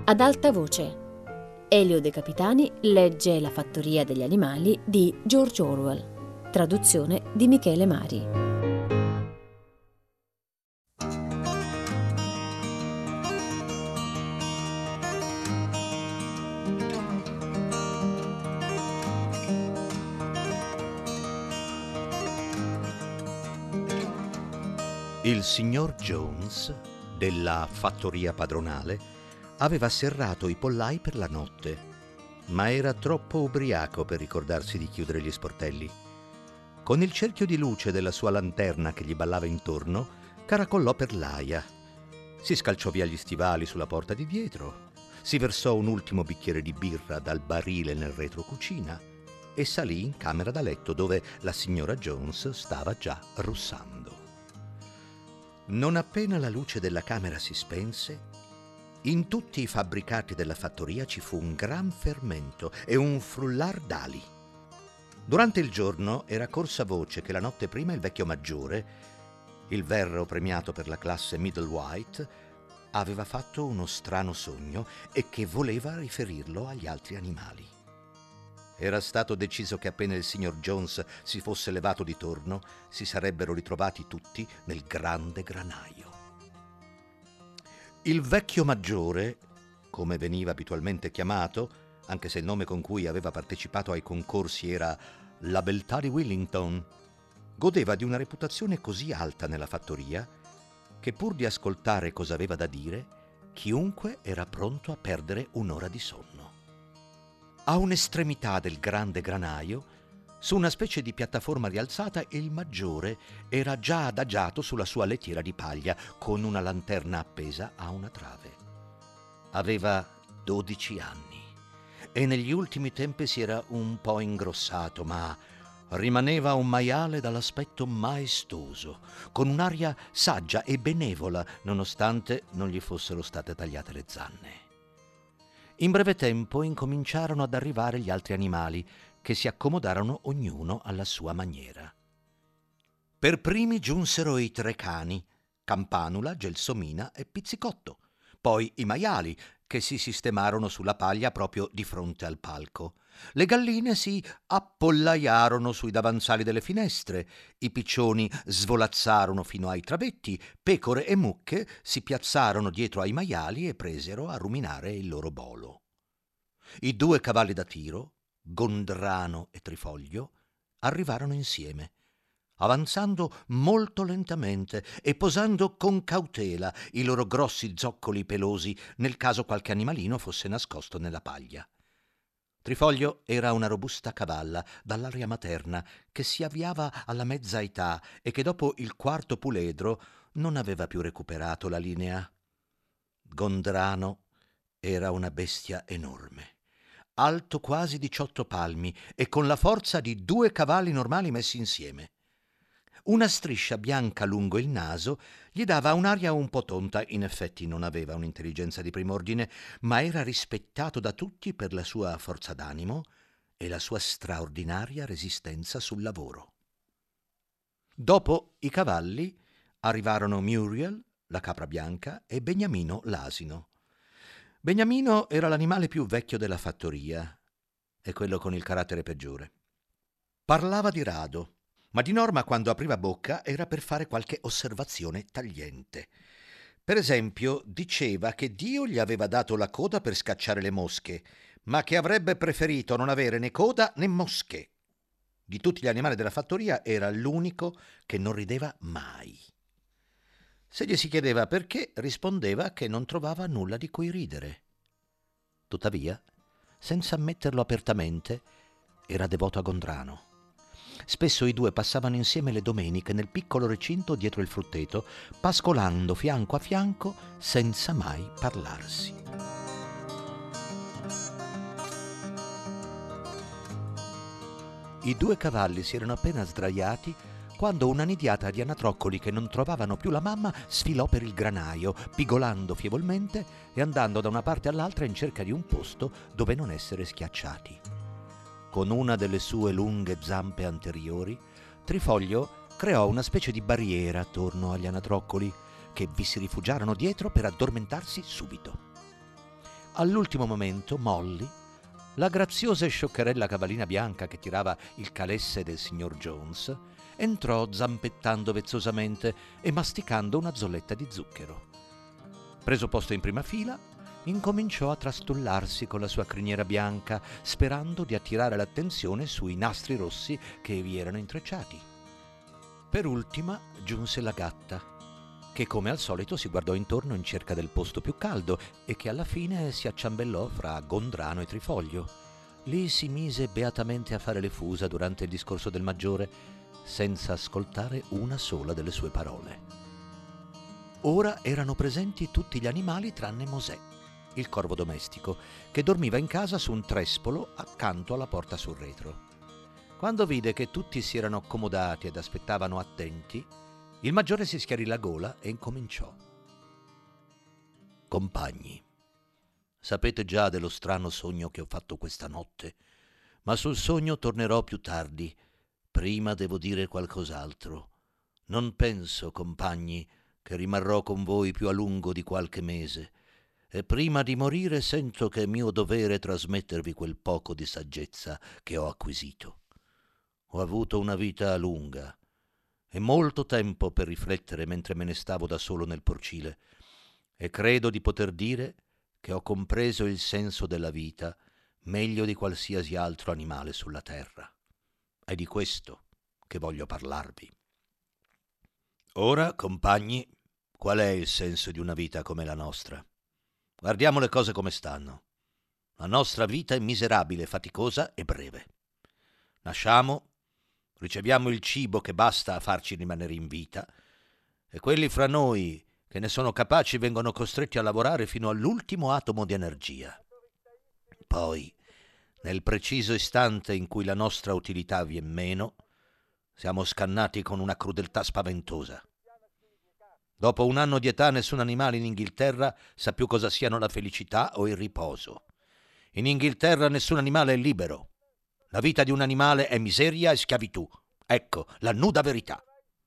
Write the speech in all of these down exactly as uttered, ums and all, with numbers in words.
Ad alta voce. Elio De Capitani legge La fattoria degli animali di George Orwell. Traduzione di Michele Mari. Il signor Jones, della fattoria padronale, aveva serrato i pollai per la notte, ma era troppo ubriaco per ricordarsi di chiudere gli sportelli. Con il cerchio di luce della sua lanterna che gli ballava intorno, caracollò per l'aia. Si scalciò via gli stivali sulla porta di dietro, si versò un ultimo bicchiere di birra dal barile nel retrocucina e salì in camera da letto dove la signora Jones stava già russando. Non appena la luce della camera si spense, in tutti i fabbricati della fattoria ci fu un gran fermento e un frullar d'ali. Durante il giorno era corsa voce che la notte prima il vecchio maggiore, il verro premiato per la classe Middlewhite, aveva fatto uno strano sogno e che voleva riferirlo agli altri animali. Era stato deciso che appena il signor Jones si fosse levato di torno, si sarebbero ritrovati tutti nel grande granaio. Il vecchio maggiore, come veniva abitualmente chiamato, anche se il nome con cui aveva partecipato ai concorsi era la beltà di Willington, godeva di una reputazione così alta nella fattoria che pur di ascoltare cosa aveva da dire, chiunque era pronto a perdere un'ora di sonno. A un'estremità del grande granaio, su una specie di piattaforma rialzata, il maggiore era già adagiato sulla sua lettiera di paglia, con una lanterna appesa a una trave. Aveva dodici anni e negli ultimi tempi si era un po' ingrossato, ma rimaneva un maiale dall'aspetto maestoso, con un'aria saggia e benevola, nonostante non gli fossero state tagliate le zanne. In breve tempo incominciarono ad arrivare gli altri animali, che si accomodarono ognuno alla sua maniera. Per primi giunsero i tre cani, Campanula, Gelsomina e Pizzicotto, poi i maiali, che si sistemarono sulla paglia proprio di fronte al palco. Le galline si appollaiarono sui davanzali delle finestre, i piccioni svolazzarono fino ai travetti, pecore e mucche si piazzarono dietro ai maiali e presero a ruminare il loro bolo. I due cavalli da tiro, Gondrano e Trifoglio, arrivarono insieme, avanzando molto lentamente e posando con cautela i loro grossi zoccoli pelosi nel caso qualche animalino fosse nascosto nella paglia. Trifoglio era una robusta cavalla dall'aria materna che si avviava alla mezza età e che dopo il quarto puledro non aveva più recuperato la linea. Gondrano era una bestia enorme, alto quasi diciotto palmi e con la forza di due cavalli normali messi insieme. Una striscia bianca lungo il naso gli dava un'aria un po' tonta, in effetti non aveva un'intelligenza di prim'ordine, ma era rispettato da tutti per la sua forza d'animo e la sua straordinaria resistenza sul lavoro. Dopo i cavalli arrivarono Muriel, la capra bianca, e Beniamino, l'asino. Beniamino era l'animale più vecchio della fattoria e quello con il carattere peggiore. Parlava di rado, ma di norma quando apriva bocca era per fare qualche osservazione tagliente. Per esempio, diceva che Dio gli aveva dato la coda per scacciare le mosche, ma che avrebbe preferito non avere né coda né mosche. Di tutti gli animali della fattoria era l'unico che non rideva mai. Se gli si chiedeva perché, rispondeva che non trovava nulla di cui ridere. Tuttavia, senza ammetterlo apertamente, era devoto a Gondrano. Spesso i due passavano insieme le domeniche nel piccolo recinto dietro il frutteto, pascolando fianco a fianco senza mai parlarsi. I due cavalli si erano appena sdraiati quando una nidiata di anatroccoli che non trovavano più la mamma sfilò per il granaio, pigolando fievolmente e andando da una parte all'altra in cerca di un posto dove non essere schiacciati. Con una delle sue lunghe zampe anteriori, Trifoglio creò una specie di barriera attorno agli anatroccoli, che vi si rifugiarono dietro per addormentarsi subito. all'ultimo momento Molly, la graziosa e scioccherella cavallina bianca che tirava il calesse del signor Jones, entrò zampettando vezzosamente e masticando una zolletta di zucchero. Preso posto in prima fila, incominciò a trastullarsi con la sua criniera bianca, sperando di attirare l'attenzione sui nastri rossi che vi erano intrecciati. Per ultima giunse la gatta, che come al solito si guardò intorno in cerca del posto più caldo e che alla fine si acciambellò fra Gondrano e Trifoglio. Lì si mise beatamente a fare le fusa durante il discorso del maggiore, senza ascoltare una sola delle sue parole. Ora erano presenti tutti gli animali tranne Mosè, il corvo domestico, che dormiva in casa su un trespolo accanto alla porta sul retro. Quando vide che tutti si erano accomodati ed aspettavano attenti, il maggiore si schiarì la gola e incominciò. Compagni, sapete già dello strano sogno che ho fatto questa notte, ma sul sogno tornerò più tardi. Prima devo dire qualcos'altro. Non penso, compagni, che rimarrò con voi più a lungo di qualche mese, e prima di morire sento che è mio dovere trasmettervi quel poco di saggezza che ho acquisito. Ho avuto una vita lunga e molto tempo per riflettere mentre me ne stavo da solo nel porcile, e credo di poter dire che ho compreso il senso della vita meglio di qualsiasi altro animale sulla terra. È di questo che voglio parlarvi. Ora, compagni, qual è il senso di una vita come la nostra? Guardiamo le cose come stanno. La nostra vita è miserabile, faticosa e breve. Nasciamo, riceviamo il cibo che basta a farci rimanere in vita, e quelli fra noi che ne sono capaci vengono costretti a lavorare fino all'ultimo atomo di energia. Poi, nel preciso istante in cui la nostra utilità vien meno, siamo scannati con una crudeltà spaventosa. Dopo un anno di età nessun animale in Inghilterra sa più cosa siano la felicità o il riposo. In Inghilterra nessun animale è libero. La vita di un animale è miseria e schiavitù. Ecco, la nuda verità.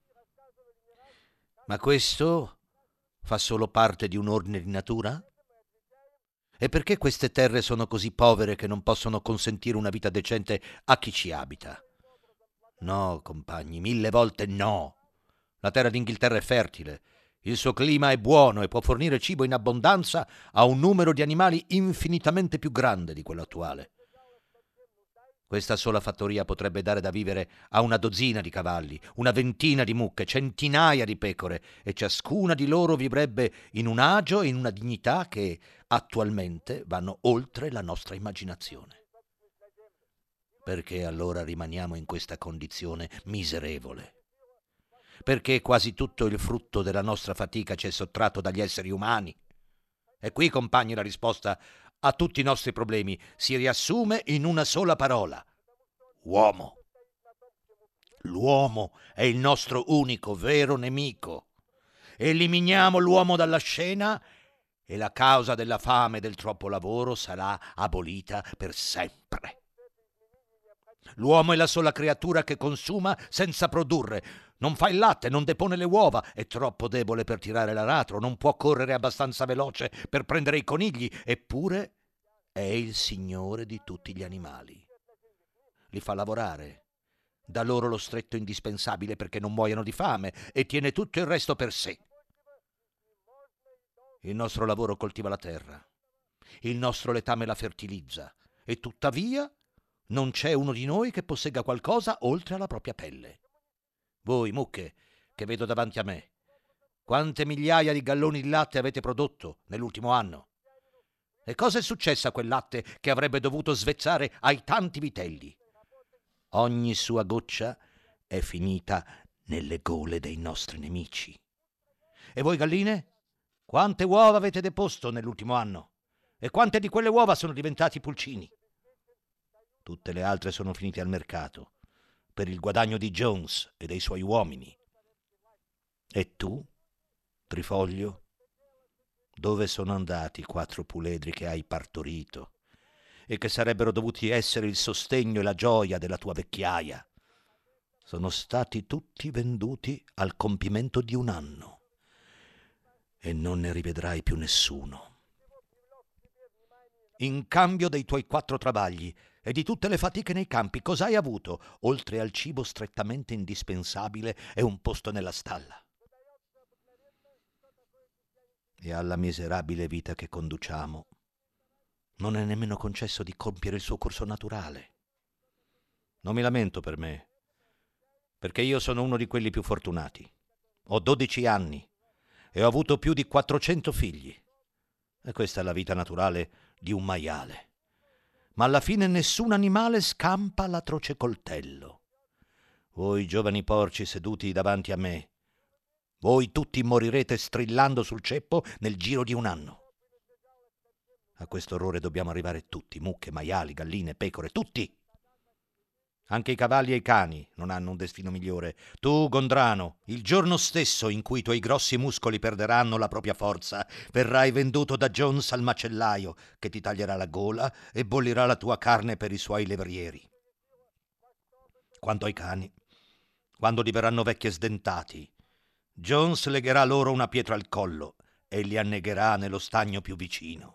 Ma questo fa solo parte di un ordine di natura? E perché queste terre sono così povere che non possono consentire una vita decente a chi ci abita? No, compagni, mille volte no. La terra d'Inghilterra è fertile, il suo clima è buono e può fornire cibo in abbondanza a un numero di animali infinitamente più grande di quello attuale. Questa sola fattoria potrebbe dare da vivere a una dozzina di cavalli, una ventina di mucche, centinaia di pecore, e ciascuna di loro vivrebbe in un agio e in una dignità che attualmente vanno oltre la nostra immaginazione. Perché allora rimaniamo in questa condizione miserevole? Perché quasi tutto il frutto della nostra fatica ci è sottratto dagli esseri umani? E qui, compagni, la risposta a tutti i nostri problemi si riassume in una sola parola: uomo. L'uomo è il nostro unico vero nemico. Eliminiamo l'uomo dalla scena e la causa della fame e del troppo lavoro sarà abolita per sempre. L'uomo è la sola creatura che consuma senza produrre. Non fa il latte, non depone le uova, è troppo debole per tirare l'aratro, non può correre abbastanza veloce per prendere i conigli, eppure è il signore di tutti gli animali. Li fa lavorare, dà loro lo stretto indispensabile perché non muoiano di fame e tiene tutto il resto per sé. Il nostro lavoro coltiva la terra, il nostro letame la fertilizza, e tuttavia non c'è uno di noi che possegga qualcosa oltre alla propria pelle. Voi, mucche, che vedo davanti a me, quante migliaia di galloni di latte avete prodotto nell'ultimo anno? E cosa è successo a quel latte che avrebbe dovuto svezzare ai tanti vitelli? Ogni sua goccia è finita nelle gole dei nostri nemici. E voi, galline? Quante uova avete deposto nell'ultimo anno? E quante di quelle uova sono diventati pulcini? Tutte le altre sono finite al mercato, per il guadagno di Jones e dei suoi uomini. E tu, Trifoglio, dove sono andati i quattro puledri che hai partorito e che sarebbero dovuti essere il sostegno e la gioia della tua vecchiaia? Sono stati tutti venduti al compimento di un anno e non ne rivedrai più nessuno. In cambio dei tuoi quattro travagli e di tutte le fatiche nei campi, cosa hai avuto, oltre al cibo strettamente indispensabile e un posto nella stalla? E alla miserabile vita che conduciamo non è nemmeno concesso di compiere il suo corso naturale. Non mi lamento per me, perché io sono uno di quelli più fortunati. Ho dodici anni e ho avuto più di quattrocento figli. E questa è la vita naturale di un maiale. Ma alla fine nessun animale scampa l'atroce coltello. Voi giovani porci seduti davanti a me, voi tutti morirete strillando sul ceppo nel giro di un anno. A questo orrore dobbiamo arrivare tutti, mucche, maiali, galline, pecore, tutti. Anche i cavalli e i cani non hanno un destino migliore. Tu, Gondrano, il giorno stesso in cui i tuoi grossi muscoli perderanno la propria forza, verrai venduto da Jones al macellaio, che ti taglierà la gola e bollirà la tua carne per i suoi levrieri. Quanto ai cani, quando diverranno vecchi e sdentati, Jones legherà loro una pietra al collo e li annegherà nello stagno più vicino.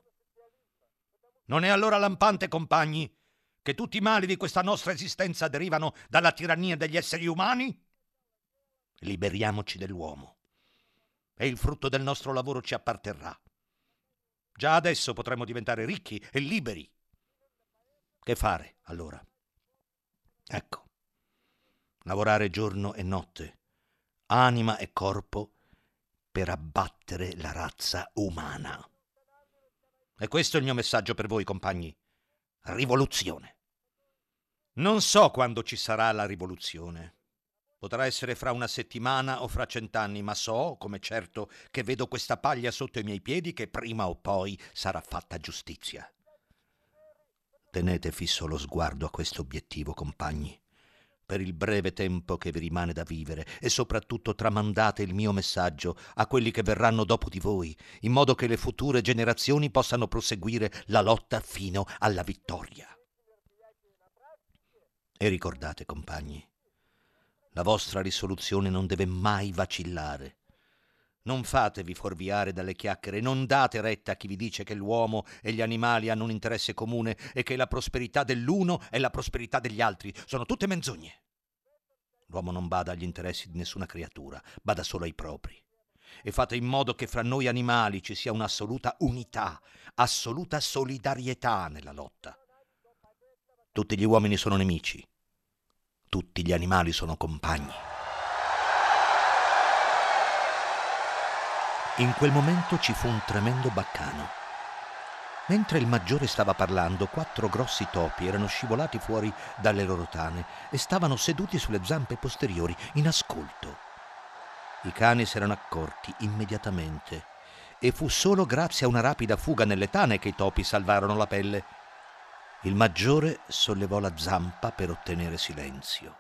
Non è allora lampante, compagni, che tutti i mali di questa nostra esistenza derivano dalla tirannia degli esseri umani? Liberiamoci dell'uomo e il frutto del nostro lavoro ci apparterrà. Già adesso potremo diventare ricchi e liberi. Che fare, allora? Ecco, lavorare giorno e notte, anima e corpo, per abbattere la razza umana. E questo è il mio messaggio per voi, compagni. Rivoluzione. Non so quando ci sarà la rivoluzione. Potrà essere fra una settimana o fra cent'anni, ma so, come certo, che vedo questa paglia sotto i miei piedi, che prima o poi sarà fatta giustizia. Tenete fisso lo sguardo a questo obiettivo, compagni, per il breve tempo che vi rimane da vivere, e soprattutto tramandate il mio messaggio a quelli che verranno dopo di voi, in modo che le future generazioni possano proseguire la lotta fino alla vittoria. E ricordate, compagni, la vostra risoluzione non deve mai vacillare. Non fatevi fuorviare dalle chiacchiere, non date retta a chi vi dice che l'uomo e gli animali hanno un interesse comune e che la prosperità dell'uno è la prosperità degli altri. Sono tutte menzogne. L'uomo non bada agli interessi di nessuna creatura, bada solo ai propri. E fate in modo che fra noi animali ci sia un'assoluta unità, assoluta solidarietà nella lotta. Tutti gli uomini sono nemici, tutti gli animali sono compagni. In quel momento ci fu un tremendo baccano. Mentre il maggiore stava parlando, quattro grossi topi erano scivolati fuori dalle loro tane e stavano seduti sulle zampe posteriori in ascolto. I cani si erano accorti immediatamente e fu solo grazie a una rapida fuga nelle tane che i topi salvarono la pelle. Il maggiore sollevò la zampa per ottenere silenzio.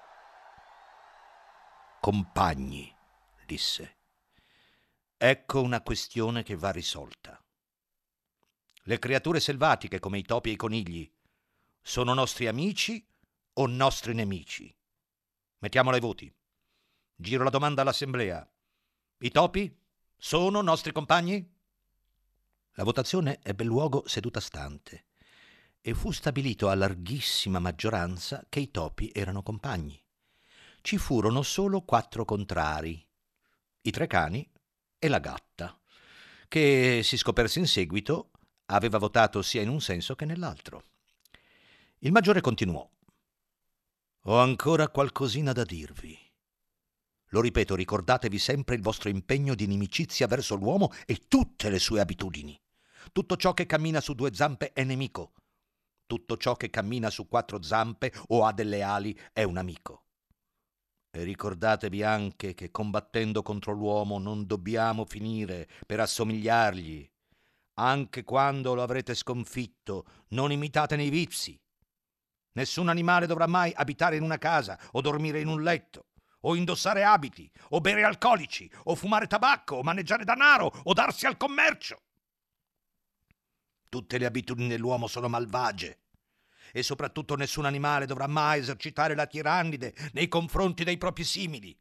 Compagni, disse, ecco una questione che va risolta. Le creature selvatiche, come i topi e i conigli, sono nostri amici o nostri nemici? Mettiamola ai voti. Giro la domanda all'assemblea. I topi sono nostri compagni? La votazione ebbe luogo seduta stante e fu stabilito a larghissima maggioranza che i topi erano compagni. Ci furono solo quattro contrari, i tre cani e la gatta, che, si scoperse in seguito, aveva votato sia in un senso che nell'altro. Il maggiore continuò. Ho ancora qualcosina da dirvi. Lo ripeto, ricordatevi sempre il vostro impegno di inimicizia verso l'uomo e tutte le sue abitudini. Tutto ciò che cammina su due zampe è nemico. Tutto ciò che cammina su quattro zampe o ha delle ali è un amico. E ricordatevi anche che combattendo contro l'uomo non dobbiamo finire per assomigliargli. Anche quando lo avrete sconfitto, non imitate nei vizi. Nessun animale dovrà mai abitare in una casa o dormire in un letto, o indossare abiti, o bere alcolici, o fumare tabacco, o maneggiare denaro, o darsi al commercio. Tutte le abitudini dell'uomo sono malvagie e soprattutto nessun animale dovrà mai esercitare la tirannide nei confronti dei propri simili.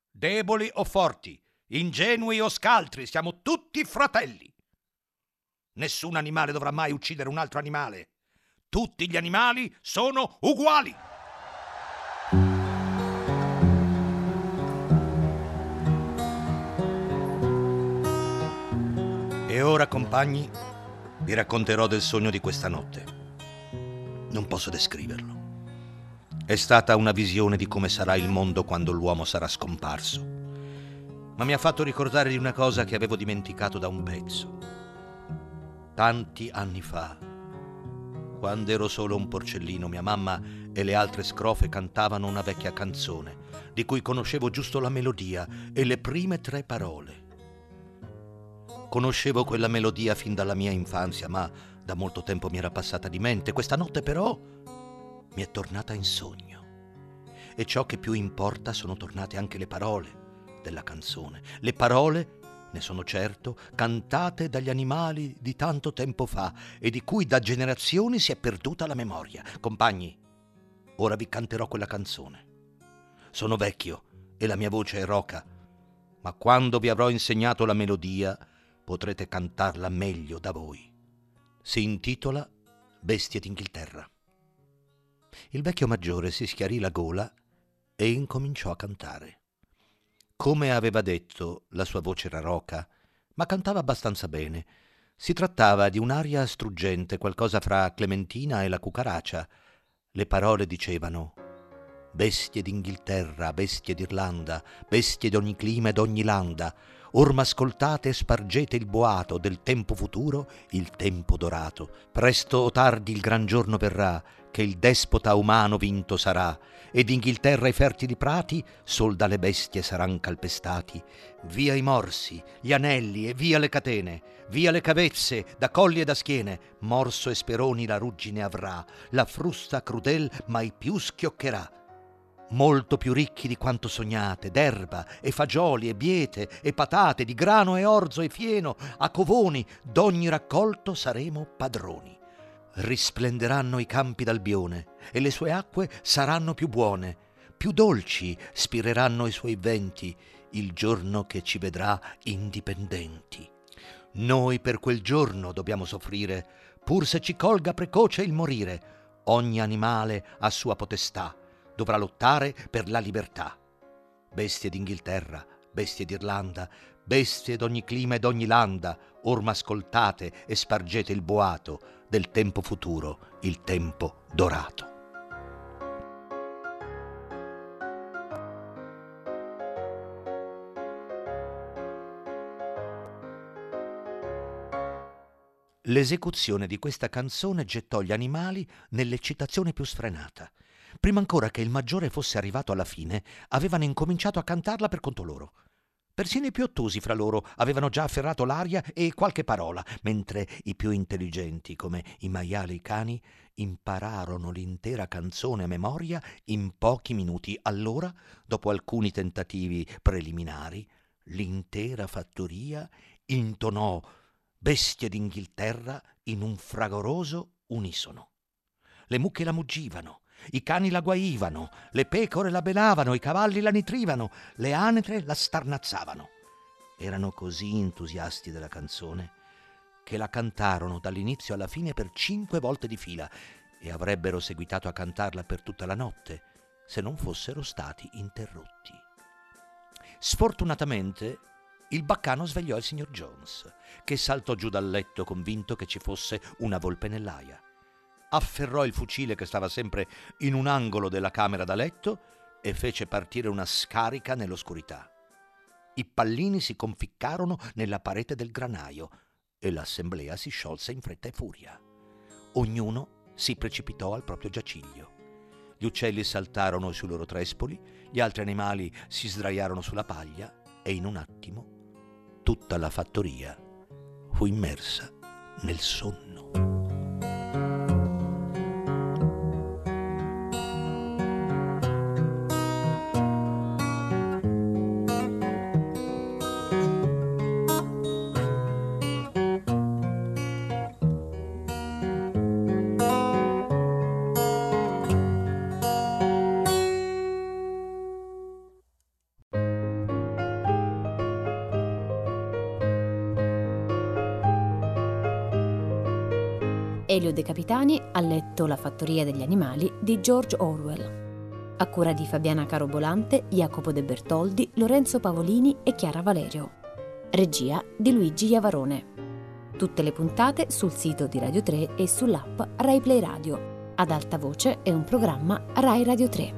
Deboli o forti, ingenui o scaltri, siamo tutti fratelli. Nessun animale dovrà mai uccidere un altro animale. Tutti gli animali sono uguali. E ora, compagni, vi racconterò del sogno di questa notte. Non posso descriverlo. È stata una visione di come sarà il mondo quando l'uomo sarà scomparso. Ma mi ha fatto ricordare di una cosa che avevo dimenticato da un pezzo. Tanti anni fa, quando ero solo un porcellino, mia mamma e le altre scrofe cantavano una vecchia canzone, di cui conoscevo giusto la melodia e le prime tre parole. Conoscevo quella melodia fin dalla mia infanzia, ma da molto tempo mi era passata di mente. Questa notte però mi è tornata in sogno. E ciò che più importa, sono tornate anche le parole della canzone. Le parole, ne sono certo, cantate dagli animali di tanto tempo fa e di cui da generazioni si è perduta la memoria. Compagni, ora vi canterò quella canzone. Sono vecchio e la mia voce è roca, ma quando vi avrò insegnato la melodia potrete cantarla meglio da voi. Si intitola Bestie d'Inghilterra. Il vecchio maggiore si schiarì la gola e incominciò a cantare. Come aveva detto, la sua voce era roca, ma cantava abbastanza bene. Si trattava di un'aria struggente, qualcosa fra Clementina e la cucaracia. Le parole dicevano: bestie d'Inghilterra, bestie d'Irlanda, bestie d'ogni clima e d'ogni landa, orma ascoltate e spargete il boato del tempo futuro, il tempo dorato. Presto o tardi il gran giorno verrà, che il despota umano vinto sarà, ed Inghilterra i fertili prati sol dalle bestie saran calpestati. Via i morsi, gli anelli e via le catene, via le cavezze da colli e da schiene. Morso e speroni la ruggine avrà, la frusta crudel mai più schioccherà. Molto più ricchi di quanto sognate, d'erba e fagioli e biete e patate, di grano e orzo e fieno, a covoni, d'ogni raccolto saremo padroni. Risplenderanno i campi d'Albione e le sue acque saranno più buone, più dolci spireranno i suoi venti, il giorno che ci vedrà indipendenti. Noi per quel giorno dobbiamo soffrire, pur se ci colga precoce il morire. Ogni animale ha sua potestà, dovrà lottare per la libertà. Bestie d'Inghilterra, bestie d'Irlanda, bestie d'ogni clima e d'ogni landa, orma ascoltate e spargete il boato del tempo futuro, il tempo dorato. L'esecuzione di questa canzone gettò gli animali nell'eccitazione più sfrenata. Prima ancora che il maggiore fosse arrivato alla fine, avevano incominciato a cantarla per conto loro. Persino i più ottusi fra loro avevano già afferrato l'aria e qualche parola, mentre i più intelligenti, come i maiali e i cani, impararono l'intera canzone a memoria in pochi minuti. Allora, dopo alcuni tentativi preliminari, l'intera fattoria intonò Bestie d'Inghilterra in un fragoroso unisono. Le mucche la muggivano, i cani la guaivano, le pecore la belavano, i cavalli la nitrivano, le anatre la starnazzavano. Erano così entusiasti della canzone che la cantarono dall'inizio alla fine per cinque volte di fila e avrebbero seguitato a cantarla per tutta la notte se non fossero stati interrotti. Sfortunatamente il baccano svegliò il signor Jones, che saltò giù dal letto convinto che ci fosse una volpe nell'aia. Afferrò il fucile che stava sempre in un angolo della camera da letto e fece partire una scarica nell'oscurità. I pallini si conficcarono nella parete del granaio e l'assemblea si sciolse in fretta e furia. Ognuno si precipitò al proprio giaciglio. Gli uccelli saltarono sui loro trespoli, gli altri animali si sdraiarono sulla paglia e in un attimo tutta la fattoria fu immersa nel sonno. Elio De Capitani ha letto La fattoria degli animali di George Orwell. A cura di Fabiana Carobolante, Jacopo De Bertoldi, Lorenzo Pavolini e Chiara Valerio. Regia di Luigi Iavarone. Tutte le puntate sul sito di Radio tre e sull'app Rai Play Radio. Ad alta voce è un programma Rai Radio tre.